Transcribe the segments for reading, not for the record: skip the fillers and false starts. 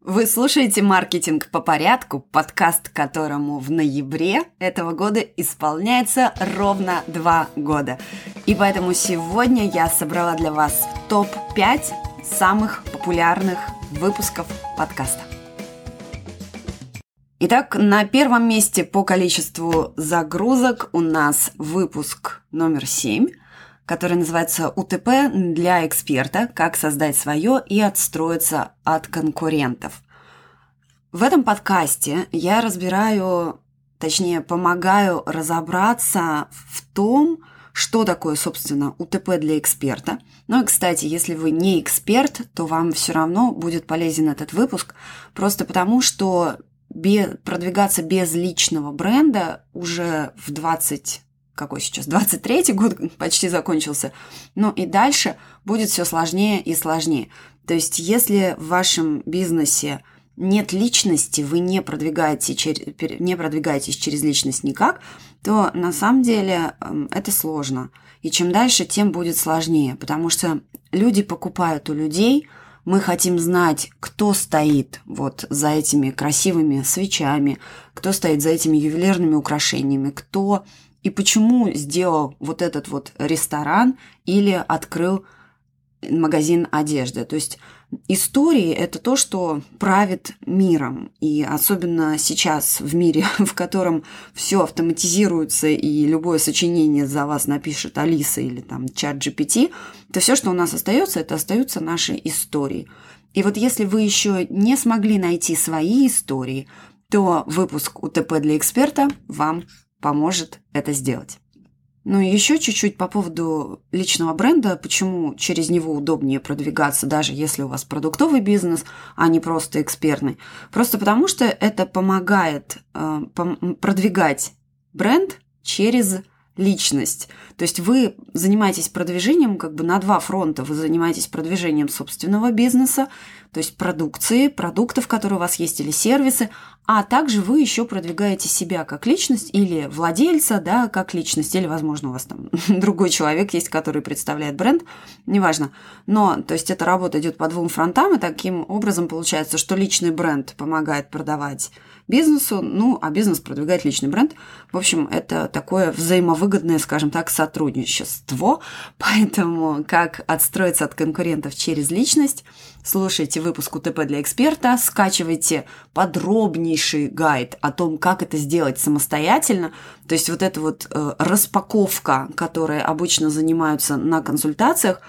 Вы слушаете «Маркетинг по порядку», подкаст, которому в ноябре этого года исполняется ровно 2 года. И поэтому сегодня я собрала для вас топ-5 самых популярных выпусков подкаста. Итак, на первом месте по количеству загрузок у нас выпуск номер 7, который называется «УТП для эксперта. Как создать свое и отстроиться от конкурентов». В этом подкасте я помогаю разобраться в том, что такое, собственно, УТП для эксперта. Ну и, кстати, если вы не эксперт, то вам все равно будет полезен этот выпуск, просто потому что продвигаться без личного бренда уже в 23-й год почти закончился. Ну и дальше будет все сложнее и сложнее. То есть, если в вашем бизнесе нет личности, вы не продвигаетесь через личность никак, то на самом деле это сложно. И чем дальше, тем будет сложнее, потому что люди покупают у людей. Мы хотим знать, кто стоит вот за этими красивыми свечами, кто стоит за этими ювелирными украшениями, кто и почему сделал вот этот вот ресторан или открыл магазин одежды. То есть истории – это то, что правит миром. И особенно сейчас в мире, в котором все автоматизируется и любое сочинение за вас напишет Алиса или там ChatGPT, то все, что у нас остается, это остаются наши истории. И вот если вы еще не смогли найти свои истории, то выпуск УТП для эксперта вам поможет это сделать. Ну и еще чуть-чуть по поводу личного бренда, почему через него удобнее продвигаться, даже если у вас продуктовый бизнес, а не просто экспертный. Просто потому что это помогает продвигать бренд через личность. То есть вы занимаетесь продвижением как бы на 2 фронта. Вы занимаетесь продвижением собственного бизнеса, то есть продукции, продуктов, которые у вас есть, или сервисы, а также вы еще продвигаете себя как личность или владельца, да, как личность, или, возможно, у вас там другой человек есть, который представляет бренд, неважно. Но, то есть эта работа идет по 2 фронтам, и таким образом получается, что личный бренд помогает продавать бизнесу, ну, а бизнес продвигает личный бренд. В общем, это такое взаимовыгодное, скажем так, сотрудничество. Поэтому как отстроиться от конкурентов через личность? Слушайте выпуск УТП для эксперта, скачивайте подробнейший гайд о том, как это сделать самостоятельно. То есть вот эта вот распаковка, которой обычно занимаются на консультациях,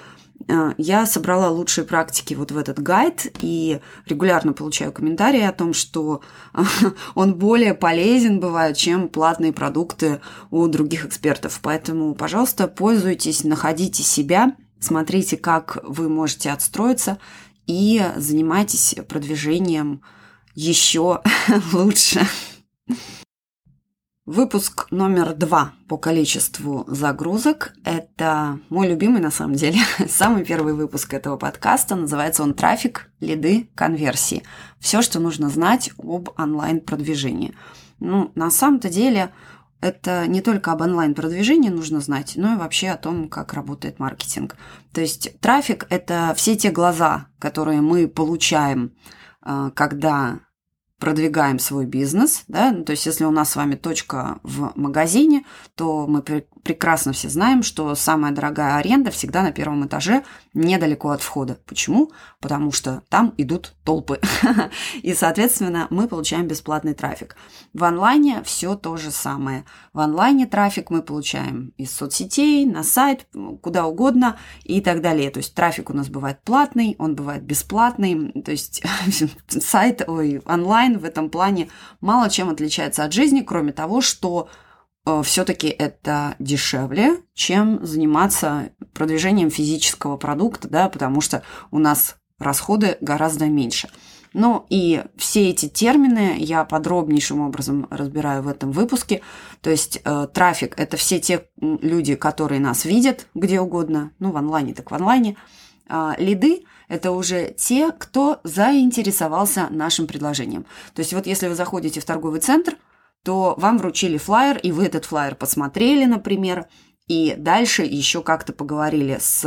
я собрала лучшие практики вот в этот гайд и регулярно получаю комментарии о том, что он более полезен бывает, чем платные продукты у других экспертов. Поэтому, пожалуйста, пользуйтесь, находите себя, смотрите, как вы можете отстроиться и занимайтесь продвижением еще лучше. Выпуск номер 2 по количеству загрузок – это мой любимый, на самом деле, самый первый выпуск этого подкаста. Называется он «Трафик, лиды, конверсии». Все, что нужно знать об онлайн-продвижении. Ну, на самом-то деле, это не только об онлайн-продвижении нужно знать, но и вообще о том, как работает маркетинг. То есть трафик – это все те глаза, которые мы получаем, когда продвигаем свой бизнес, да, то есть если у нас с вами точка в магазине, то мы прекрасно все знаем, что самая дорогая аренда всегда на 1 этаже, недалеко от входа. Почему? Потому что там идут толпы, и, соответственно, мы получаем бесплатный трафик. В онлайне все то же самое. В онлайне трафик мы получаем из соцсетей, на сайт, куда угодно и так далее. То есть трафик у нас бывает платный, он бывает бесплатный, то есть онлайн в этом плане мало чем отличается от жизни, кроме того, что все-таки это дешевле, чем заниматься продвижением физического продукта, да, потому что у нас расходы гораздо меньше. Ну и все эти термины я подробнейшим образом разбираю в этом выпуске. То есть трафик – это все те люди, которые нас видят где угодно, ну в онлайне так в онлайне. Лиды – это уже те, кто заинтересовался нашим предложением. То есть вот если вы заходите в торговый центр, то вам вручили флаер, и вы этот флаер посмотрели, например, и дальше еще как-то поговорили с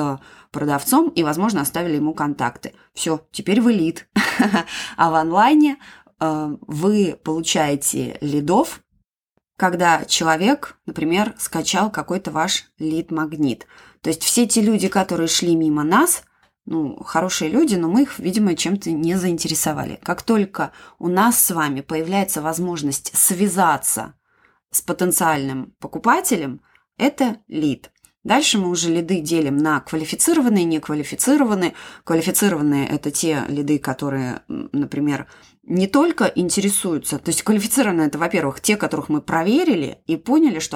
продавцом и, возможно, оставили ему контакты. Все, теперь вы лид. А в онлайне вы получаете лидов, когда человек, например, скачал какой-то ваш лид-магнит. То есть все те люди, которые шли мимо нас, хорошие люди, но мы их, видимо, чем-то не заинтересовали. Как только у нас с вами появляется возможность связаться с потенциальным покупателем, это лид. Дальше мы уже лиды делим на квалифицированные и неквалифицированные. Квалифицированные – это те лиды, которые, например, не только интересуются. То есть квалифицированные – это, во-первых, те, которых мы проверили и поняли, что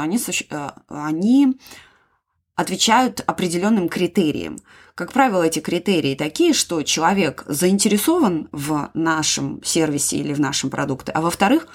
они отвечают определенным критериям. Как правило, эти критерии такие, что человек заинтересован в нашем сервисе или в нашем продукте, а во-вторых,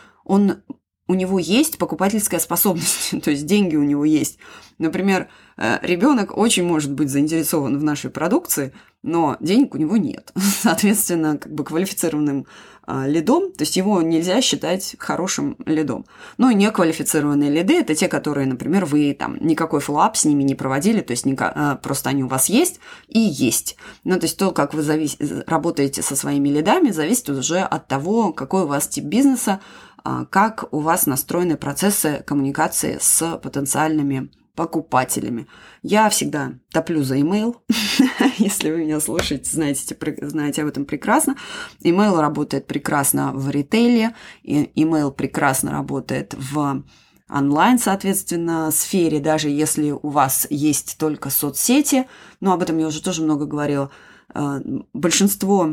у него есть покупательская способность, то есть деньги у него есть. Например, ребенок очень может быть заинтересован в нашей продукции, но денег у него нет. Соответственно, квалифицированным лидом, то есть его нельзя считать хорошим лидом. И неквалифицированные лиды – это те, которые, например, вы никакой фоллоуап с ними не проводили, то есть просто они у вас есть и есть. То есть то, как вы работаете со своими лидами, зависит уже от того, какой у вас тип бизнеса, как у вас настроены процессы коммуникации с потенциальными покупателями. Я всегда топлю за email. Если вы меня слушаете, знаете об этом прекрасно. Email работает прекрасно в ритейле, email прекрасно работает в онлайн, соответственно, сфере, даже если у вас есть только соцсети. Об этом я уже тоже много говорила. Большинство,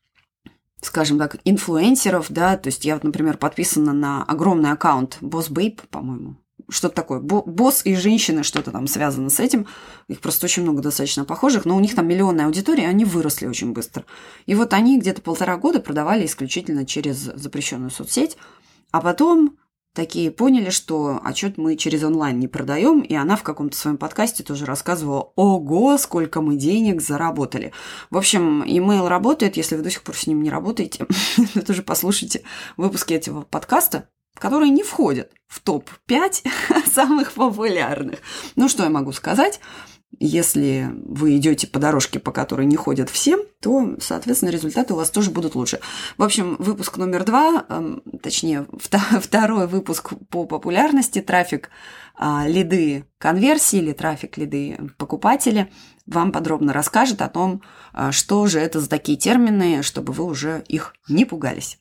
скажем так, инфлюенсеров, то есть я, например, подписана на огромный аккаунт Boss Babe, по-моему, что-то такое, босс и женщины, что-то там связано с этим, их просто очень много достаточно похожих, но у них там миллионная аудитория, они выросли очень быстро. И они где-то 1,5 года продавали исключительно через запрещенную соцсеть, а потом такие поняли, что что-то мы через онлайн не продаем, и она в каком-то своем подкасте тоже рассказывала: ого, сколько мы денег заработали. В общем, email работает, если вы до сих пор с ним не работаете, то тоже послушайте выпуски этого подкаста, которые не входят в топ-5 самых популярных. Что я могу сказать? Если вы идете по дорожке, по которой не ходят все, то, соответственно, результаты у вас тоже будут лучше. В общем, выпуск номер 2, точнее, второй выпуск по популярности, трафик, лиды конверсии или трафик, лиды покупатели, вам подробно расскажет о том, что же это за такие термины, чтобы вы уже их не пугались.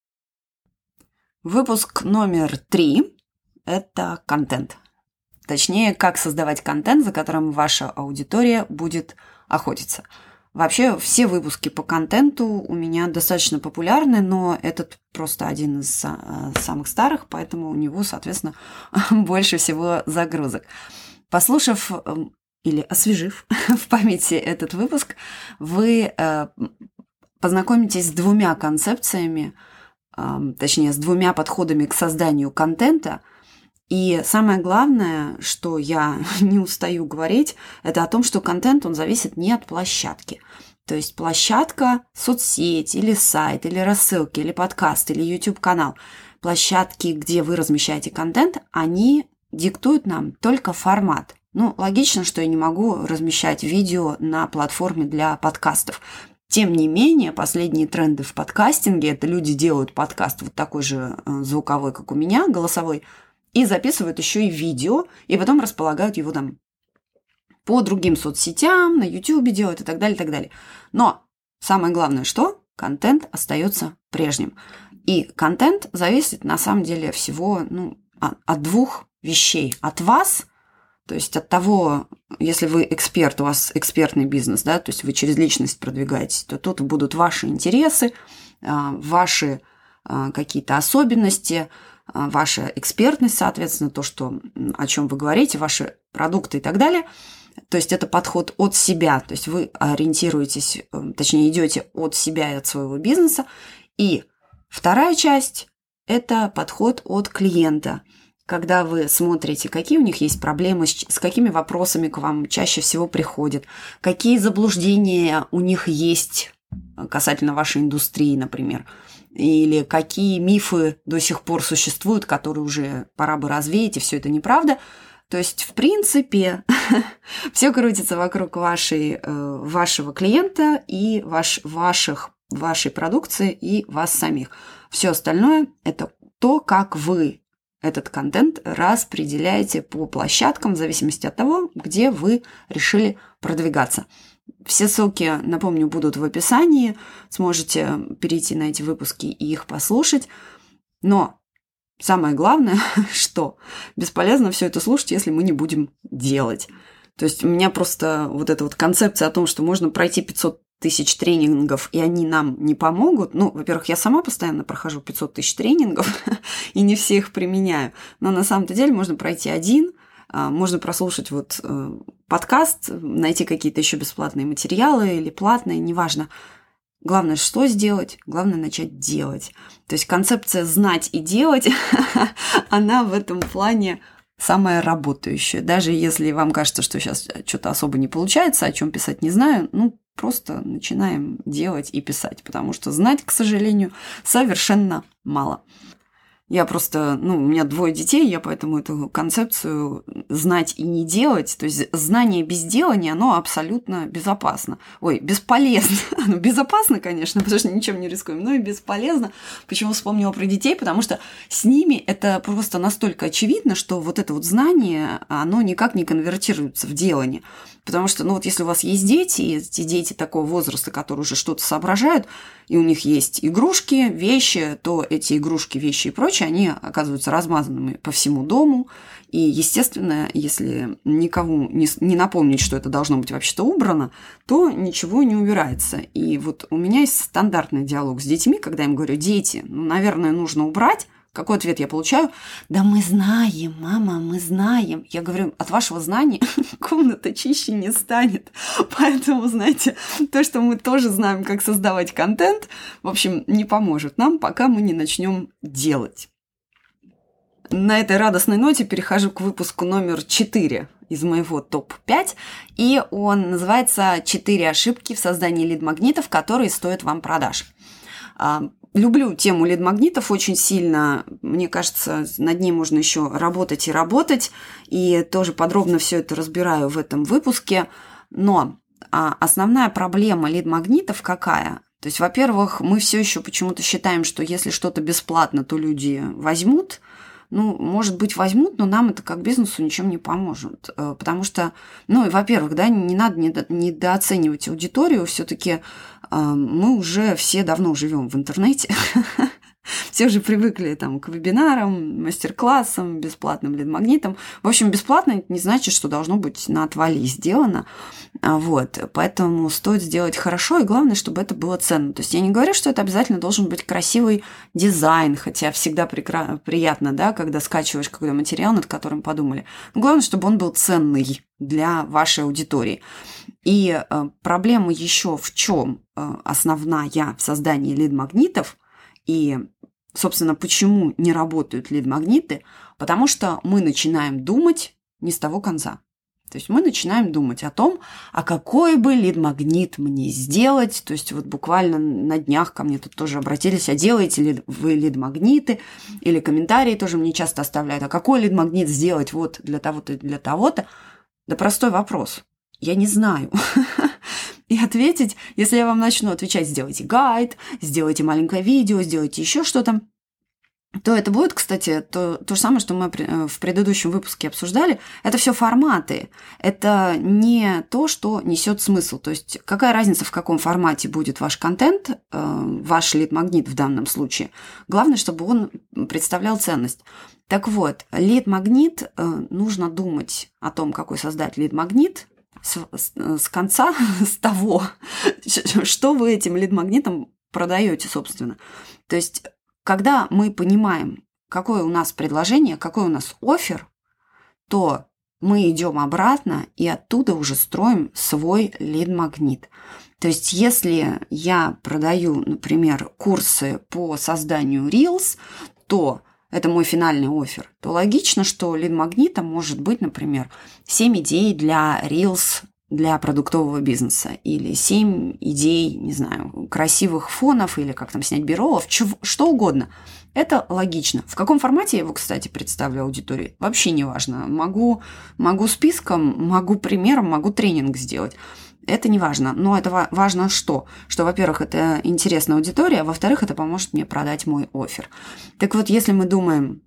Выпуск номер 3 – это контент. Точнее, как создавать контент, за которым ваша аудитория будет охотиться. Вообще, все выпуски по контенту у меня достаточно популярны, но этот просто один из самых старых, поэтому у него, соответственно, больше всего загрузок. Послушав или освежив в памяти этот выпуск, вы познакомитесь с 2 концепциями, точнее, с 2 подходами к созданию контента. И самое главное, что я не устаю говорить, это о том, что контент, он зависит не от площадки. То есть площадка, соцсеть, или сайт, или рассылки, или подкаст, или YouTube-канал. Площадки, где вы размещаете контент, они диктуют нам только формат. Логично, что я не могу размещать видео на платформе для подкастов. Тем не менее, последние тренды в подкастинге – это люди делают подкаст вот такой же звуковой, как у меня, голосовой, и записывают еще и видео, и потом располагают его по другим соцсетям, на YouTube делают и так далее, и так далее. Но самое главное, что контент остается прежним. И контент зависит на самом деле всего от 2 вещей. От вас, то есть от того, если вы эксперт, у вас экспертный бизнес, то есть вы через личность продвигаетесь, то тут будут ваши интересы, ваши какие-то особенности, ваша экспертность, соответственно, то, о чем вы говорите, ваши продукты и так далее. То есть это подход от себя, то есть вы ориентируетесь, точнее, идете от себя и от своего бизнеса. И вторая часть – это подход от клиента, когда вы смотрите, какие у них есть проблемы, с какими вопросами к вам чаще всего приходят, какие заблуждения у них есть касательно вашей индустрии, например, или какие мифы до сих пор существуют, которые уже пора бы развеять, и все это неправда. То есть, в принципе, все крутится вокруг вашего клиента и вашей продукции и вас самих. Все остальное – это то, как вы этот контент распределяете по площадкам в зависимости от того, где вы решили продвигаться. Все ссылки, напомню, будут в описании. Сможете перейти на эти выпуски и их послушать. Но самое главное, что бесполезно все это слушать, если мы не будем делать. То есть у меня просто вот эта вот концепция о том, что можно пройти 500 тысяч тренингов, и они нам не помогут. Ну, во-первых, я сама постоянно прохожу 500 тысяч тренингов, и не все их применяю. Но на самом-то деле можно пройти один, можно прослушать вот подкаст, найти какие-то еще бесплатные материалы или платные, неважно. Главное, что сделать, главное начать делать. То есть концепция «знать и делать», она в этом плане самая работающая. Даже если вам кажется, что сейчас что-то особо не получается, о чем писать не знаю, просто начинаем делать и писать, потому что знать, к сожалению, совершенно мало. Я просто, у меня 2 детей, я поэтому эту концепцию знать и не делать, то есть знание без делания, оно абсолютно безопасно. Бесполезно. Оно безопасно, конечно, потому что ничем не рискуем, но и бесполезно. Почему вспомнила про детей? Потому что с ними это просто настолько очевидно, что вот это вот знание, оно никак не конвертируется в делание. Потому что, если у вас есть дети, и эти дети такого возраста, которые уже что-то соображают, и у них есть игрушки, вещи, то эти игрушки, вещи и прочее, они оказываются размазанными по всему дому. И, естественно, если никому не напомнить, что это должно быть вообще-то убрано, то ничего не убирается. И вот у меня есть стандартный диалог с детьми, когда я им говорю: дети, наверное, нужно убрать. Какой ответ я получаю? Да мы знаем, мама, мы знаем. Я говорю, от вашего знания комната чище не станет. Поэтому, знаете, то, что мы тоже знаем, как создавать контент, в общем, не поможет нам, пока мы не начнем делать. На этой радостной ноте перехожу к выпуску номер 4 из моего топ-5, и он называется «4 ошибки в создании лид-магнитов, которые стоят вам продаж». Люблю тему лид-магнитов очень сильно. Мне кажется, над ней можно еще работать и работать. И тоже подробно все это разбираю в этом выпуске. Но основная проблема лид-магнитов какая? То есть, во-первых, мы все еще почему-то считаем, что если что-то бесплатно, то люди возьмут. Может быть, возьмут, но нам это как бизнесу ничем не поможет. Потому что, во-первых, не надо недооценивать аудиторию. Все-таки мы уже все давно живем в интернете. Все уже привыкли к вебинарам, мастер-классам, бесплатным лид-магнитам. В общем, бесплатно это не значит, что должно быть на отвали сделано. Поэтому стоит сделать хорошо, и главное, чтобы это было ценно. То есть я не говорю, что это обязательно должен быть красивый дизайн, хотя всегда приятно, когда скачиваешь какой-то материал, над которым подумали. Но главное, чтобы он был ценный для вашей аудитории. И проблема еще в чем основная в создании лид-магнитов, и, собственно, почему не работают лид-магниты? Потому что мы начинаем думать не с того конца. То есть мы начинаем думать о том, а какой бы лид-магнит мне сделать. То есть буквально на днях ко мне тут тоже обратились, а делаете ли вы лид-магниты? Или комментарии тоже мне часто оставляют, а какой лид-магнит сделать для того-то и для того-то? Да простой вопрос. Я не знаю. И ответить, если я вам начну отвечать: сделайте гайд, сделайте маленькое видео, сделайте еще что-то, то это будет, кстати, то же самое, что мы в предыдущем выпуске обсуждали. Это все форматы. Это не то, что несет смысл. То есть какая разница, в каком формате будет ваш контент, ваш лид-магнит в данном случае. Главное, чтобы он представлял ценность. Так вот, лид-магнит, нужно думать о том, какой создать лид-магнит, с конца, с того, что вы этим лид-магнитом продаете, собственно. То есть, когда мы понимаем, какое у нас предложение, какой у нас оффер, то мы идем обратно и оттуда уже строим свой лид-магнит. То есть, если я продаю, например, курсы по созданию Reels, то это мой финальный оффер, то логично, что лид-магнитом может быть, например, 7 идей для Reels для продуктового бизнеса, или 7 идей, не знаю, красивых фонов, или как там снять биролов, что угодно. Это логично. В каком формате я его, кстати, представлю аудитории, вообще не важно. Могу списком, могу примером, могу тренинг сделать. Это не важно. Но это важно что? Что, во-первых, это интересная аудитория, а во-вторых, это поможет мне продать мой оффер. Так вот, если мы думаем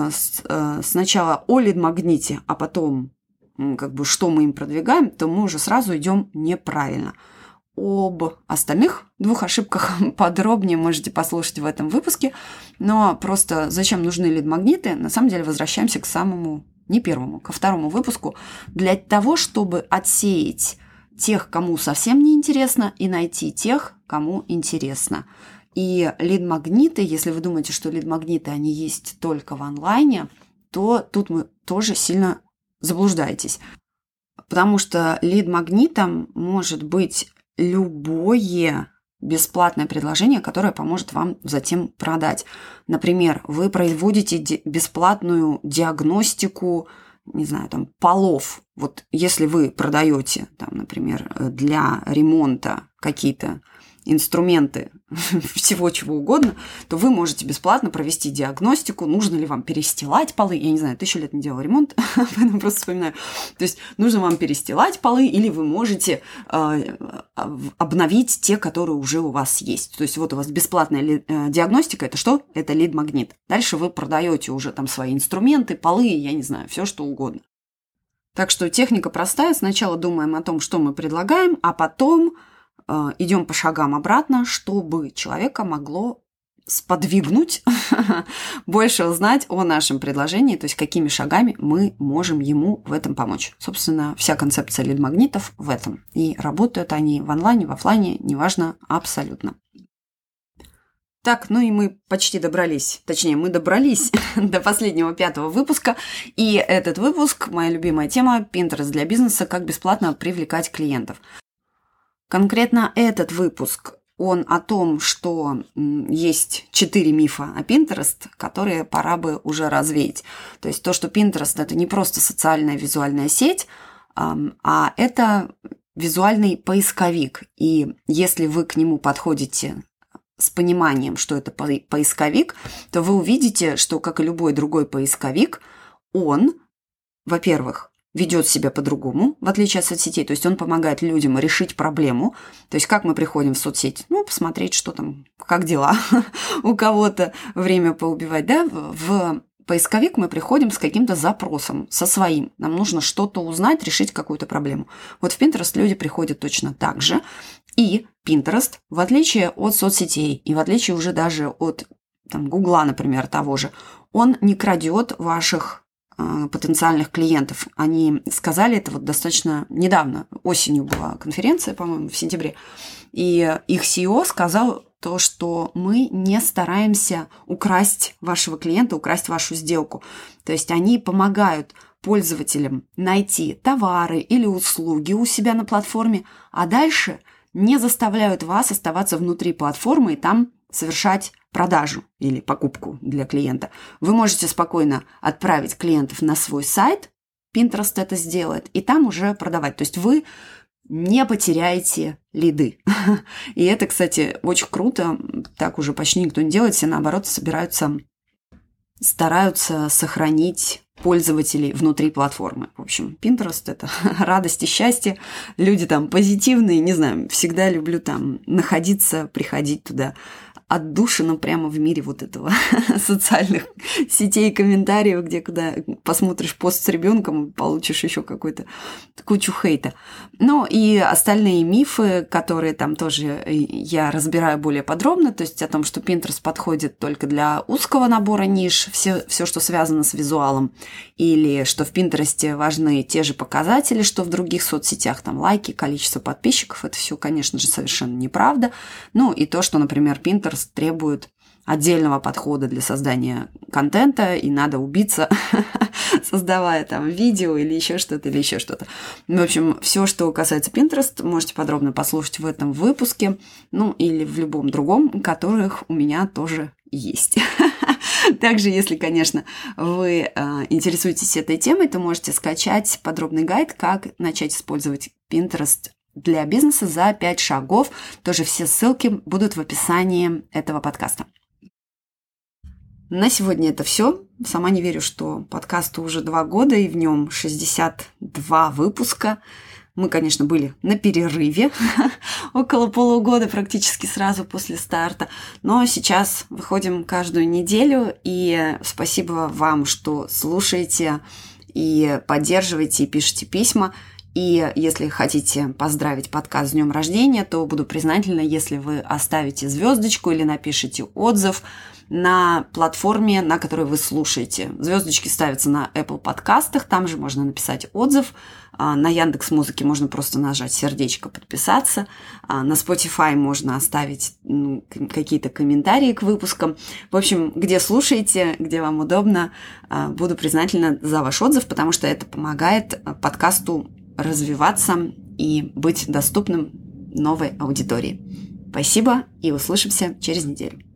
сначала о лид-магните, а потом что мы им продвигаем, то мы уже сразу идем неправильно. Об остальных 2 ошибках подробнее можете послушать в этом выпуске. Но просто зачем нужны лид-магниты? На самом деле возвращаемся к самому, не первому, ко 2 выпуску. Для того, чтобы отсеять тех, кому совсем не интересно, и найти тех, кому интересно. И лид-магниты, если вы думаете, что лид-магниты, они есть только в онлайне, то тут мы тоже сильно заблуждаетесь. Потому что лид-магнитом может быть любое бесплатное предложение, которое поможет вам затем продать. Например, вы производите бесплатную диагностику, не знаю, там, полов. Вот если вы продаете, там, например, для ремонта какие-то инструменты всего чего угодно, то вы можете бесплатно провести диагностику, нужно ли вам перестилать полы. Я не знаю, 1000 лет не делала ремонт, поэтому просто вспоминаю. То есть нужно вам перестилать полы, или вы можете обновить те, которые уже у вас есть. То есть вот у вас бесплатная диагностика. Это что? Это лид-магнит. Дальше вы продаете уже там свои инструменты, полы, я не знаю, все что угодно. Так что техника простая. Сначала думаем о том, что мы предлагаем, а потом идем по шагам обратно, чтобы человека могло сподвигнуть больше узнать о нашем предложении, то есть какими шагами мы можем ему в этом помочь. Собственно, вся концепция лид-магнитов в этом. И работают они в онлайне, в офлайне, неважно, абсолютно. Так, ну и мы почти добрались, точнее, мы добрались до последнего 5-го выпуска, и этот выпуск, моя любимая тема, Pinterest для бизнеса, как бесплатно привлекать клиентов. Конкретно этот выпуск, он о том, что есть 4 мифа о Pinterest, которые пора бы уже развеять. То есть то, что Pinterest – это не просто социальная визуальная сеть, а это визуальный поисковик. И если вы к нему подходите с пониманием, что это поисковик, то вы увидите, что, как и любой другой поисковик, он, во-первых, ведет себя по-другому, в отличие от соцсетей. То есть он помогает людям решить проблему. То есть как мы приходим в соцсеть? Ну, посмотреть, что там, как дела у кого-то, время поубивать. Да? В поисковик мы приходим с каким-то запросом, со своим. Нам нужно что-то узнать, решить какую-то проблему. Вот в Pinterest люди приходят точно так же. И Pinterest, в отличие от соцсетей и в отличие уже даже от Гугла, например, того же, он не крадет ваших потенциальных клиентов. Они сказали это вот достаточно недавно. Осенью была конференция, по-моему, в сентябре. И их CEO сказал то, что мы не стараемся украсть вашего клиента, украсть вашу сделку. То есть они помогают пользователям найти товары или услуги у себя на платформе, а дальше не заставляют вас оставаться внутри платформы и там совершать продажу или покупку для клиента. Вы можете спокойно отправить клиентов на свой сайт, Pinterest это сделает, и там уже продавать. То есть вы не потеряете лиды. И это, кстати, очень круто. Так уже почти никто не делает. Все, наоборот, стараются сохранить пользователей внутри платформы. В общем, Pinterest – это радость и счастье. Люди там позитивные, не знаю, всегда люблю там находиться, приходить туда отдушина прямо в мире вот этого социальных сетей, комментариев, где когда посмотришь пост с ребенком, получишь еще какую-то кучу хейта. Ну и остальные мифы, которые там тоже я разбираю более подробно, то есть о том, что Pinterest подходит только для узкого набора ниш, все, что связано с визуалом, или что в Pinterest важны те же показатели, что в других соцсетях, там лайки, количество подписчиков, это все, конечно же, совершенно неправда. Ну и то, что, например, Pinterest требует отдельного подхода для создания контента, и надо убиться, создавая там видео или еще что-то, или еще что-то. В общем, все, что касается Pinterest, можете подробно послушать в этом выпуске, ну или в любом другом, которых у меня тоже есть. Также, если, конечно, вы интересуетесь этой темой, то можете скачать подробный гайд, как начать использовать Pinterest для бизнеса за 5 шагов. Тоже все ссылки будут в описании этого подкаста. На сегодня это все. Сама не верю, что подкасту уже 2 года, и в нем 62 выпуска. Мы, конечно, были на перерыве около полугода, практически сразу после старта. Но сейчас выходим каждую неделю. И спасибо вам, что слушаете и поддерживаете, и пишете письма. И если хотите поздравить подкаст с днем рождения, то буду признательна, если вы оставите звездочку или напишите отзыв на платформе, на которой вы слушаете. Звездочки ставятся на Apple подкастах, там же можно написать отзыв. На Яндекс.Музыке можно просто нажать сердечко, подписаться. На Spotify можно оставить какие-то комментарии к выпускам. В общем, где слушаете, где вам удобно, буду признательна за ваш отзыв, потому что это помогает подкасту развиваться и быть доступным новой аудитории. Спасибо, и услышимся через неделю.